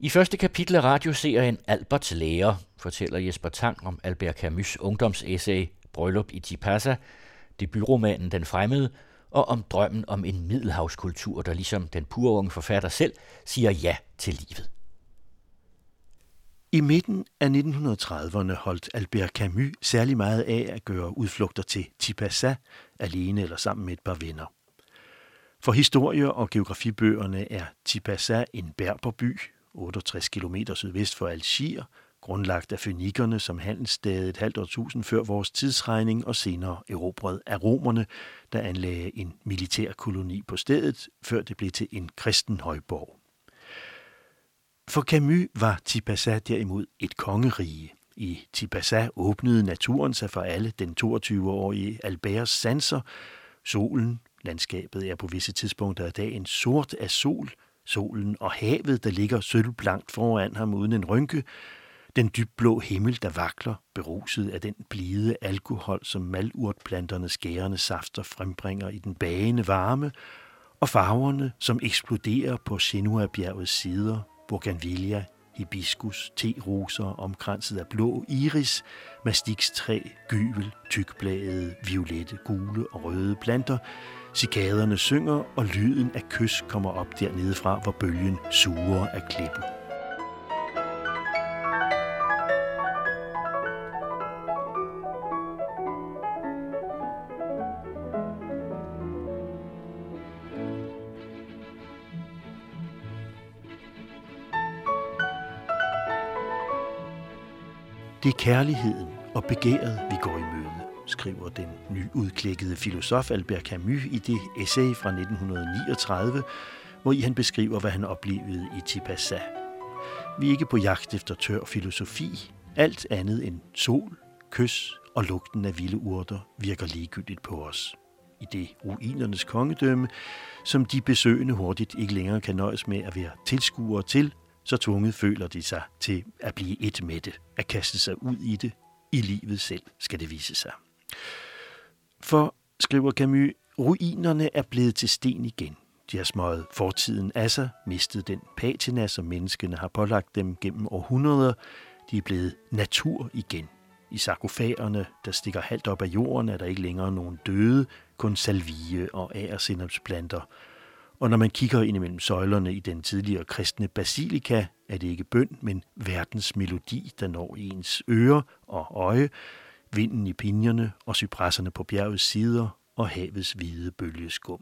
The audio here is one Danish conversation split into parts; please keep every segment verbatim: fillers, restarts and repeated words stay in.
I første kapitel af radioserien Alberts lære fortæller Jesper Tang om Albert Camus' ungdomsessay Bryllup i Tipasa, debutromanen Den Fremmede, og om drømmen om en middelhavskultur, der ligesom den purunge forfatter selv siger ja til livet. I midten af nitten trediverne holdt Albert Camus særlig meget af at gøre udflugter til Tipasa, alene eller sammen med et par venner. For historie- og geografibøgerne er Tipasa en berberby, otteogtres kilometer sydvest for Algier, grundlagt af fønikerne som handelssted et halvt årtusind før vores tidsregning og senere erobret af romerne, der anlagde en militær koloni på stedet, før det blev til en kristen højborg. For Camus var Tipasa derimod et kongerige. I Tipasa åbnede naturen sig for alle den toogtyve-årige Alberts sanser. Solen, landskabet er på visse tidspunkter af dagen sort af sol, solen og havet, der ligger sølvblankt foran ham uden en rynke, den dybblå himmel, der vakler, beruset af den blide alkohol, som malurtplanternes skærende safter frembringer i den bagende varme, og farverne, som eksploderer på Chenua-bjergets sider, bougainvillea, hibiskus, teroser omkranset af blå iris, mastikstræ, gyvel, tykbladede, violette, gule og røde planter. Cikaderne synger, og lyden af kys kommer op dernede fra, hvor bølgen suger af klippen. Det er kærligheden og begæret, vi går i møde, skriver den nyudklækkede filosof Albert Camus i det essay fra nitten niogtredive, hvor i han beskriver, hvad han oplevede i Tipasa. Vi er ikke på jagt efter tør filosofi. Alt andet end sol, kys og lugten af vilde urter virker ligegyldigt på os. I det ruinernes kongedømme, som de besøgende hurtigt ikke længere kan nøjes med at være tilskuere til, så tvunget føler de sig til at blive et med det, at kaste sig ud i det. I livet selv skal det vise sig. For, skriver Camus, ruinerne er blevet til sten igen. De har smøget fortiden af sig, mistet den patina, som menneskene har pålagt dem gennem århundreder. De er blevet natur igen. I sarkofagerne, der stikker halvt op af jorden, er der ikke længere nogen døde, kun salvie og agersinapsplanter. Og når man kigger ind imellem søjlerne i den tidligere kristne basilika, er det ikke bøn, men verdens melodi, der når ens ører og øje, vinden i pinjerne og cypresserne på bjergets sider og havets hvide bølgeskum.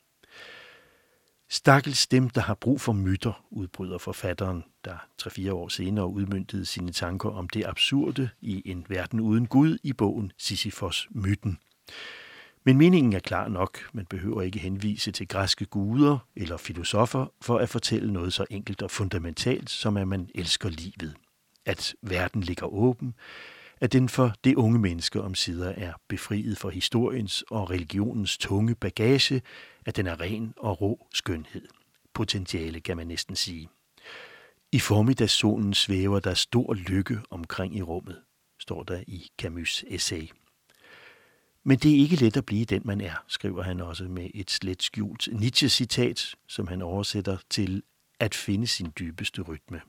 Stakkels dem, der har brug for myter, udbryder forfatteren, der tre-fire år senere udmøntede sine tanker om det absurde i en verden uden Gud i bogen Sisyfos-myten. Men meningen er klar nok. Man behøver ikke henvise til græske guder eller filosofer for at fortælle noget så enkelt og fundamentalt, som at man elsker livet. At verden ligger åben, at den for det unge menneske omsider er befriet for historiens og religionens tunge bagage, at den er ren og rå skønhed. Potentiale, kan man næsten sige. I formiddagssolen svæver der stor lykke omkring i rummet, står der i Camus' essay. Men det er ikke let at blive den, man er, skriver han også med et slet skjult Nietzsche-citat, som han oversætter til at finde sin dybeste rytme.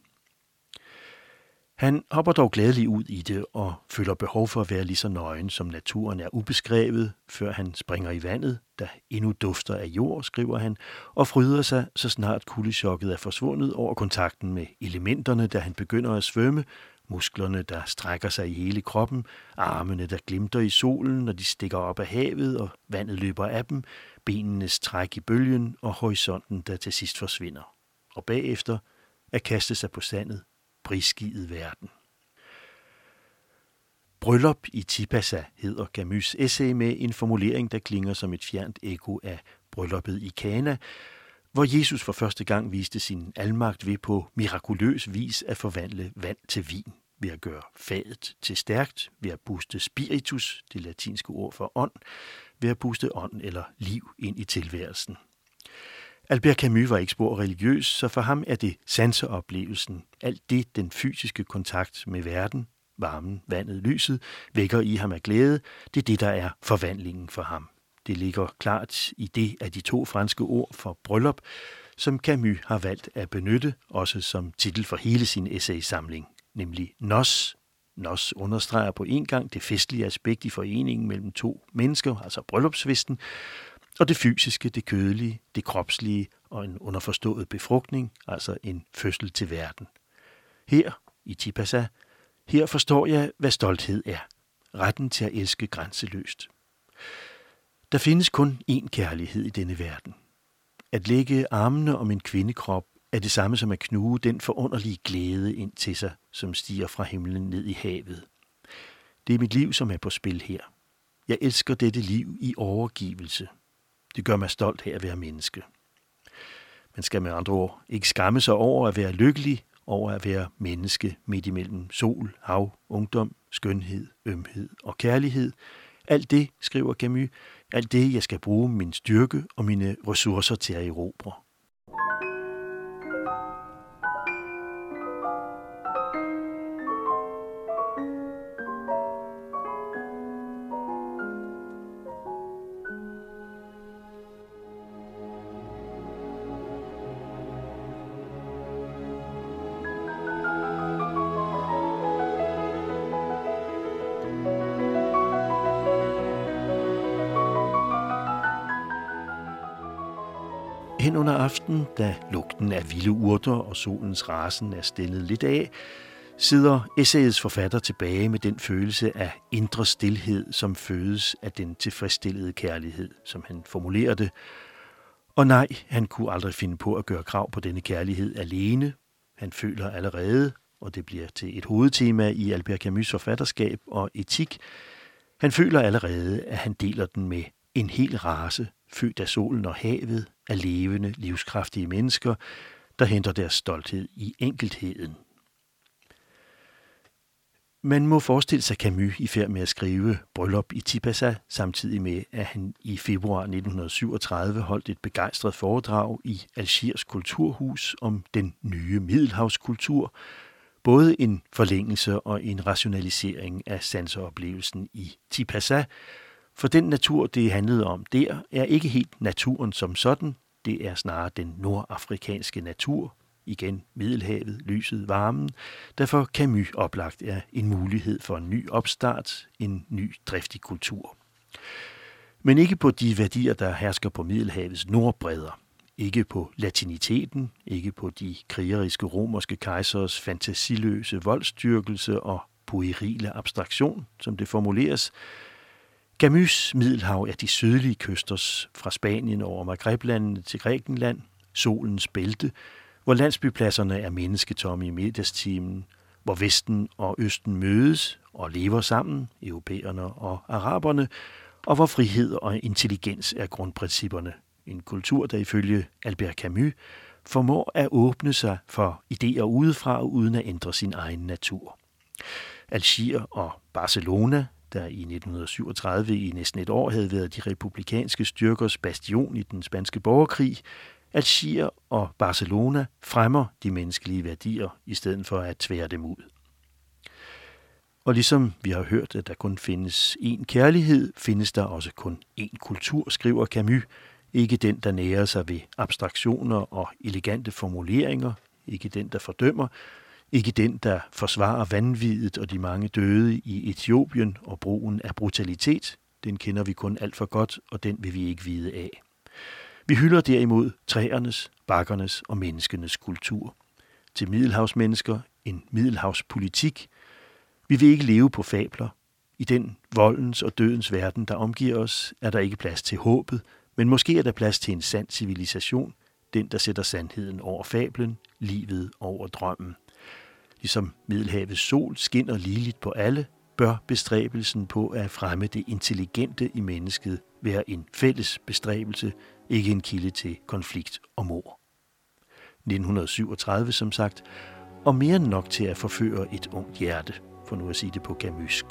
Han hopper dog gladeligt ud i det og føler behov for at være lige så nøgen, som naturen er ubeskrevet, før han springer i vandet, der endnu dufter af jord, skriver han, og fryder sig, så snart kuldechokket er forsvundet over kontakten med elementerne, da han begynder at svømme, musklerne, der strækker sig i hele kroppen, armene, der glimter i solen, når de stikker op af havet, og vandet løber af dem, benenes træk i bølgen og horisonten, der til sidst forsvinder. Og bagefter at kaste sig på sandet, prisgivet verden. Bryllup i Tipasa hedder Camus' essay med en formulering, der klinger som et fjernt ekko af brylluppet i Kana, hvor Jesus for første gang viste sin almagt ved på mirakuløs vis at forvandle vand til vin, ved at gøre fadet til stærkt, ved at puste spiritus, det latinske ord for ånd, ved at puste ånd eller liv ind i tilværelsen. Albert Camus var ikke spor religiøs, så for ham er det sanseoplevelsen, alt det den fysiske kontakt med verden, varmen, vandet, lyset, vækker i ham af glæde, det er det, der er forvandlingen for ham. Det ligger klart i det af de to franske ord for bryllup, som Camus har valgt at benytte, også som titel for hele sin essaysamling, nemlig Nos. Nos understreger på en gang det festlige aspekt i foreningen mellem to mennesker, altså bryllupsfesten, og det fysiske, det kødelige, det kropslige og en underforstået befrugtning, altså en fødsel til verden. Her, i Tipasa, her forstår jeg, hvad stolthed er. Retten til at elske grænseløst. Der findes kun én kærlighed i denne verden. At lægge armene om en kvindekrop er det samme som at knuge den forunderlige glæde ind til sig, som stiger fra himlen ned i havet. Det er mit liv, som er på spil her. Jeg elsker dette liv i overgivelse. Det gør mig stolt her at være menneske. Man skal med andre ord ikke skamme sig over at være lykkelig, over at være menneske midt imellem sol, hav, ungdom, skønhed, ømhed og kærlighed. Alt det, skriver Camus, alt det, jeg skal bruge min styrke og mine ressourcer til at erobre. Hen under aften, da lugten af vilde urter og solens rasen er stillet lidt af, sidder essayets forfatter tilbage med den følelse af indre stilhed, som fødes af den tilfredsstillede kærlighed, som han formulerer det. Og nej, han kunne aldrig finde på at gøre krav på denne kærlighed alene. Han føler allerede, og det bliver til et hovedtema i Albert Camus' forfatterskab og etik, han føler allerede, at han deler den med en hel race, født af solen og havet, af levende, livskraftige mennesker, der henter deres stolthed i enkeltheden. Man må forestille sig Camus i færd med at skrive Bryllup i Tipasa, samtidig med, at han i februar nitten syvogtredive holdt et begejstret foredrag i Algiers kulturhus om den nye middelhavskultur, både en forlængelse og en rationalisering af sanseoplevelsen i Tipasa, for den natur, det handlede om der, er ikke helt naturen som sådan, det er snarere den nordafrikanske natur, igen Middelhavet, lyset, varmen, der for Camus oplagt er en mulighed for en ny opstart, en ny driftig kultur. Men ikke på de værdier, der hersker på Middelhavets nordbredder, ikke på latiniteten, ikke på de krigeriske romerske kejseres fantasiløse voldstyrkelse og puerile abstraktion, som det formuleres. Camus' Middelhav er de sydlige kysters fra Spanien over Maghreb-landene til Grækenland, solens bælte, hvor landsbypladserne er mennesketomme i middagstimen, hvor Vesten og Østen mødes og lever sammen, europæerne og araberne, og hvor frihed og intelligens er grundprincipperne. En kultur, der ifølge Albert Camus formår at åbne sig for idéer udefra uden at ændre sin egen natur. Algier og Barcelona, der i nitten syvogtredive i næsten et år havde været de republikanske styrkers bastion i den spanske borgerkrig, Algier og Barcelona fremmer de menneskelige værdier i stedet for at tvære dem ud. Og ligesom vi har hørt, at der kun findes én kærlighed, findes der også kun én kultur, skriver Camus. Ikke den, der nærer sig ved abstraktioner og elegante formuleringer, ikke den, der fordømmer, ikke den, der forsvarer vanviddet og de mange døde i Etiopien og brugen af brutalitet. Den kender vi kun alt for godt, og den vil vi ikke vide af. Vi hylder derimod træernes, bakkernes og menneskenes kultur. Til middelhavsmennesker en middelhavspolitik. Vi vil ikke leve på fabler. I den voldens og dødens verden, der omgiver os, er der ikke plads til håbet, men måske er der plads til en sand civilisation, den, der sætter sandheden over fablen, livet over drømmen. Ligesom Middelhavets sol skinner ligeligt på alle, bør bestræbelsen på at fremme det intelligente i mennesket være en fælles bestræbelse, ikke en kilde til konflikt og mord. nitten syvogtredive som sagt, og mere end nok til at forføre et ungt hjerte, for nu at sige det på Camusk.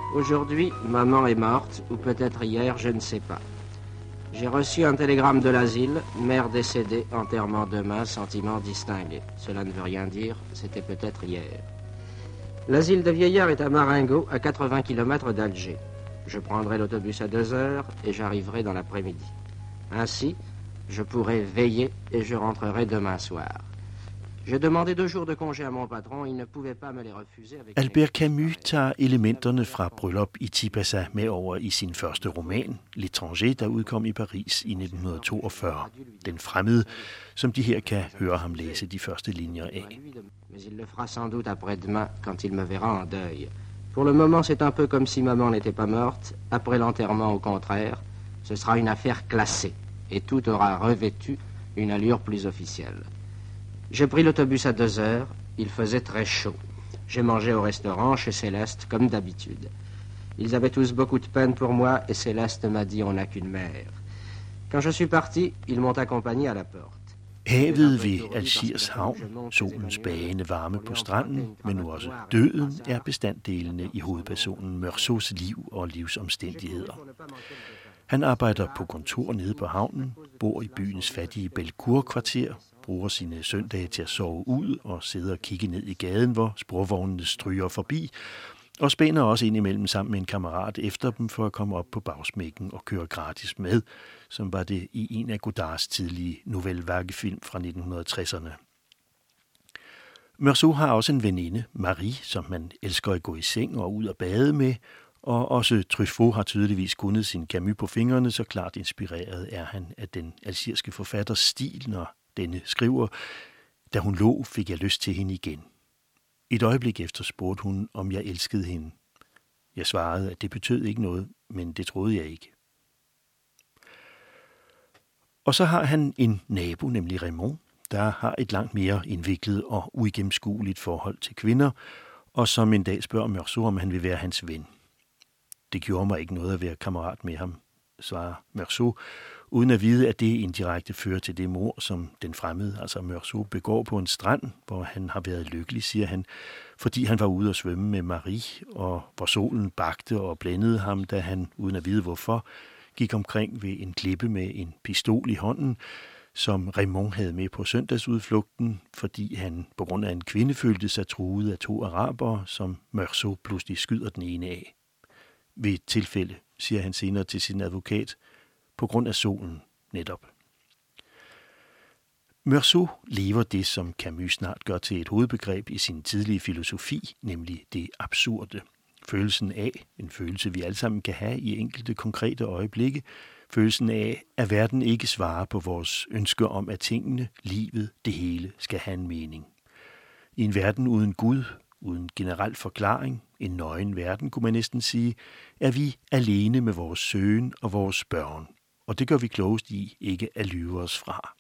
Aujourd'hui, maman est morte, ou peut-être hier, je ne sais pas. J'ai reçu un télégramme de l'asile, mère décédée, enterrement demain, sentiment distingué. Cela ne veut rien dire, c'était peut-être hier. L'asile de vieillards est à Marengo, à quatre-vingts kilomètres d'Alger. Je prendrai l'autobus à deux heures et j'arriverai dans l'après-midi. Ainsi, je pourrai veiller et je rentrerai demain soir. J'ai demandé deux jours de congé à mon patron, il ne pouvait pas me les refuser avec... Albert Camus tager elementerne fra Bryllup i Tipasa med over i sin første roman, L'étranger, der udkom i Paris i nitten toogfyrre. Den fremmede, som de her kan høre ham læse de første linjer af. Mais il le fera sans doute après-demain, quand il me verra en deuil. Pour le moment, c'est un peu comme si maman n'était pas morte. Après l'enterrement, au contraire, ce sera une affaire classée, et tout aura revêtu une allure plus officielle. J'ai pris l'autobus à deux heures, il faisait très chaud. J'ai mangé au restaurant chez Céleste, comme d'habitude. Ils avaient tous beaucoup de peine pour moi, et Céleste m'a dit on n'a qu'une mère. Quand je suis parti, ils m'ont accompagné à la porte. Havet ved Algiers havn, solens bagende varme på stranden, men nu også døden, er bestanddelene i hovedpersonen Meursaults liv og livsomstændigheder. Han arbejder på kontor nede på havnen, bor i byens fattige Belcourt-kvarter, bruger sine søndage til at sove ud og sidde og kigge ned i gaden, hvor sporvognene stryger forbi, og spænder også indimellem sammen med en kammerat efter dem for at komme op på bagsmækken og køre gratis med, som var det i en af Godards tidlige Nouvelle Vague-film fra nitten tresserne. Meursault har også en veninde, Marie, som man elsker at gå i seng og ud og bade med, og også Truffaut har tydeligvis kunnet sin Camus på fingrene, så klart inspireret er han af den algierske forfatters stil, når denne skriver, da hun lå, fik jeg lyst til hende igen. Et øjeblik efter spurgte hun, om jeg elskede hende. Jeg svarede, at det betød ikke noget, men det troede jeg ikke. Og så har han en nabo, nemlig Raymond, der har et langt mere indviklet og uigennemskueligt forhold til kvinder, og som en dag spørger Meursault, om han vil være hans ven. Det gjorde mig ikke noget at være kammerat med ham, svarer Meursault, uden at vide, at det indirekte fører til det mord, som den fremmede, altså Meursault, begår på en strand, hvor han har været lykkelig, siger han, fordi han var ude at svømme med Marie, og hvor solen bagte og blændede ham, da han, uden at vide hvorfor, gik omkring ved en klippe med en pistol i hånden, som Raymond havde med på søndagsudflugten, fordi han på grund af en kvinde følte sig truet af to arabere, som Meursault pludselig skyder den ene af. Ved et tilfælde, siger han senere til sin advokat, på grund af solen netop. Meursault lever det, som Camus snart gør til et hovedbegreb i sin tidlige filosofi, nemlig det absurde. Følelsen af, en følelse vi alle sammen kan have i enkelte konkrete øjeblikke, følelsen af, at verden ikke svarer på vores ønsker om, at tingene, livet, det hele skal have en mening. I en verden uden Gud, uden generel forklaring, en nøgen verden, kunne man næsten sige, er vi alene med vores søgen og vores spørgen. Og det gør vi klogest i ikke at lyve os fra.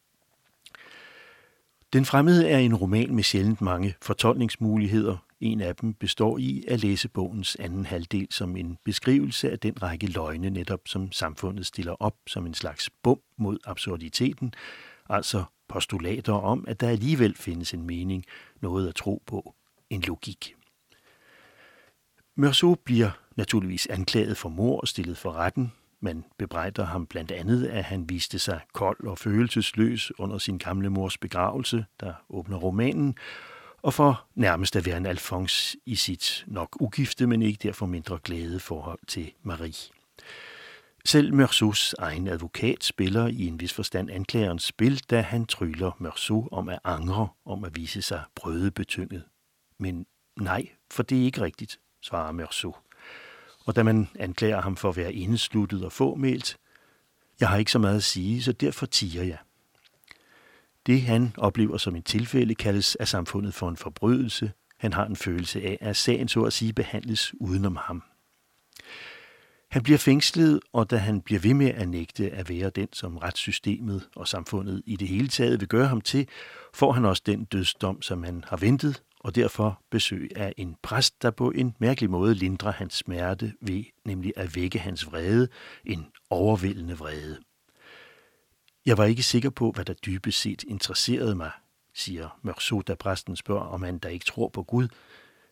Den fremmede er en roman med sjældent mange fortolkningsmuligheder. En af dem består i at læse bogens anden halvdel som en beskrivelse af den række løgne, netop som samfundet stiller op som en slags bom mod absurditeten, altså postulater om, at der alligevel findes en mening, noget at tro på, en logik. Meursault bliver naturligvis anklaget for mord og stillet for retten. Man bebrejder ham blandt andet, at han viste sig kold og følelsesløs under sin gamle mors begravelse, der åbner romanen, og for nærmest at være en Alphonse i sit nok ugifte, men ikke derfor mindre glade forhold til Marie. Selv Meursaults egen advokat spiller i en vis forstand anklagerens spil, da han tryller Meursault om at angre, om at vise sig brødebetynget. Men nej, for det er ikke rigtigt, svarer Meursault. Og da man anklager ham for at være indesluttet og fåmælt, jeg har ikke så meget at sige, så derfor tiger jeg. Det han oplever som et tilfælde kaldes af samfundet for en forbrydelse. Han har en følelse af, at sagen så at sige behandles udenom ham. Han bliver fængslet, og da han bliver ved med at nægte at være den, som retssystemet og samfundet i det hele taget vil gøre ham til, får han også den dødsdom, som han har ventet, og derfor besøg af en præst, der på en mærkelig måde lindrer hans smerte ved nemlig at vække hans vrede, en overvældende vrede. Jeg var ikke sikker på, hvad der dybest set interesserede mig, siger Meursault, da præsten spørger, om han da ikke tror på Gud.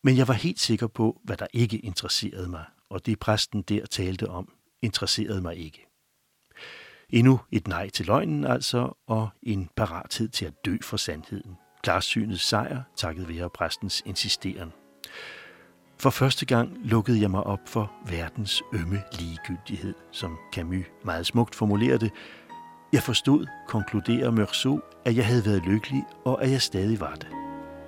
Men jeg var helt sikker på, hvad der ikke interesserede mig, og det præsten der talte om, interesserede mig ikke. Endnu et nej til løgnen altså, og en parathed til at dø for sandheden. Klarsynets sejr, takket være præstens insisteren. For første gang lukkede jeg mig op for verdens ømme ligegyldighed, som Camus meget smukt formulerede det. Jeg forstod, konkluderer Meursault, at jeg havde været lykkelig, og at jeg stadig var det.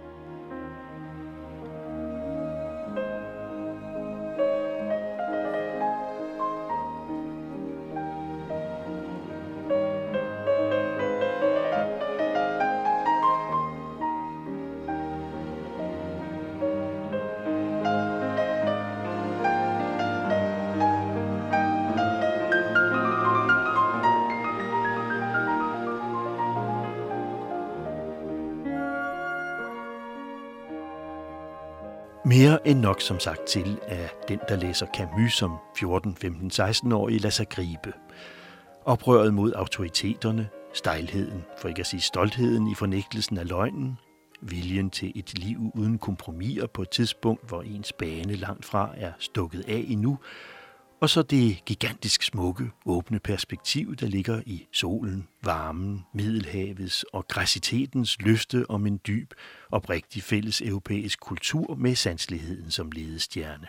Mere end nok som sagt til, at den, der læser Camus som fjorten, femten, seksten-årig, lader sig gribe. Oprøret mod autoriteterne, stejlheden, for ikke at sige stoltheden i fornægtelsen af løgnen, viljen til et liv uden kompromiser på et tidspunkt, hvor ens bane langt fra er stukket af endnu, og så det gigantisk smukke, åbne perspektiv, der ligger i solen, varmen, Middelhavets og græsitetens løfte om en dyb, oprigtig fælles europæisk kultur med sanseligheden som ledestjerne.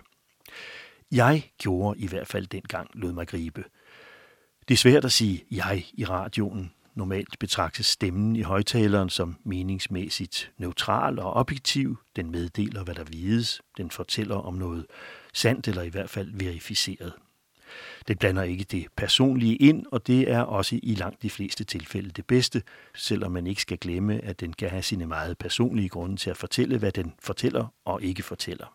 Jeg gjorde i hvert fald dengang lod mig gribe. Det er svært at sige jeg i radioen. Normalt betragtes stemmen i højtaleren som meningsmæssigt neutral og objektiv. Den meddeler, hvad der vides. Den fortæller om noget sandt eller i hvert fald verificeret. Den blander ikke det personlige ind, og det er også i langt de fleste tilfælde det bedste, selvom man ikke skal glemme, at den kan have sine meget personlige grunde til at fortælle, hvad den fortæller og ikke fortæller.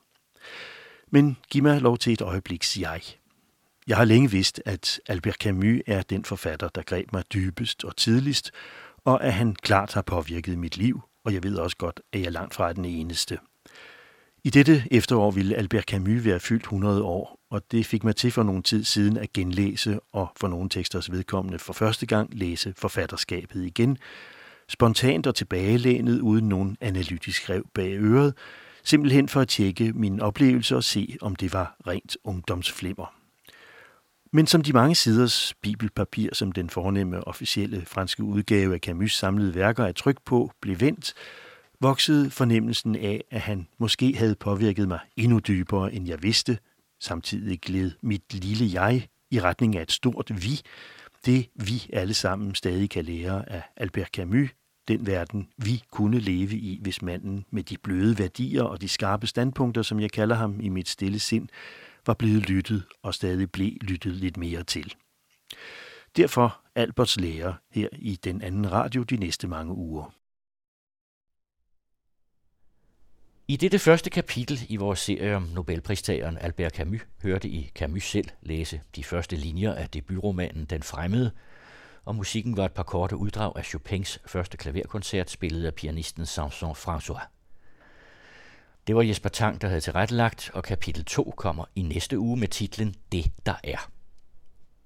Men giv mig lov til et øjebliks jeg. Jeg har længe vidst, at Albert Camus er den forfatter, der greb mig dybest og tidligst, og at han klart har påvirket mit liv, og jeg ved også godt, at jeg langt fra er den eneste. I dette efterår ville Albert Camus være fyldt hundrede år, og det fik mig til for nogen tid siden at genlæse og for nogle teksters vedkommende for første gang læse forfatterskabet igen, spontant og tilbagelænet uden nogen analytisk rev bag øret, simpelthen for at tjekke mine oplevelser og se, om det var rent ungdomsflimmer. Men som de mange siders bibelpapir, som den fornemme officielle franske udgave af Camus' samlede værker er trykt på, blev vendt, voksede fornemmelsen af, at han måske havde påvirket mig endnu dybere, end jeg vidste. Samtidig gled mit lille jeg i retning af et stort vi, det vi alle sammen stadig kan lære af Albert Camus, den verden vi kunne leve i, hvis manden med de bløde værdier og de skarpe standpunkter, som jeg kalder ham i mit stille sind, var blevet lyttet og stadig blev lyttet lidt mere til. Derfor Alberts lære her i den anden radio de næste mange uger. I dette første kapitel i vores serie om Nobelpristageren Albert Camus hørte I Camus selv læse de første linjer af debutromanen Den Fremmede, og musikken var et par korte uddrag af Chopins første klaverkoncert, spillet af pianisten Samson François. Det var Jesper Tang, der havde tilrettelagt, og kapitel to kommer i næste uge med titlen Det, der er.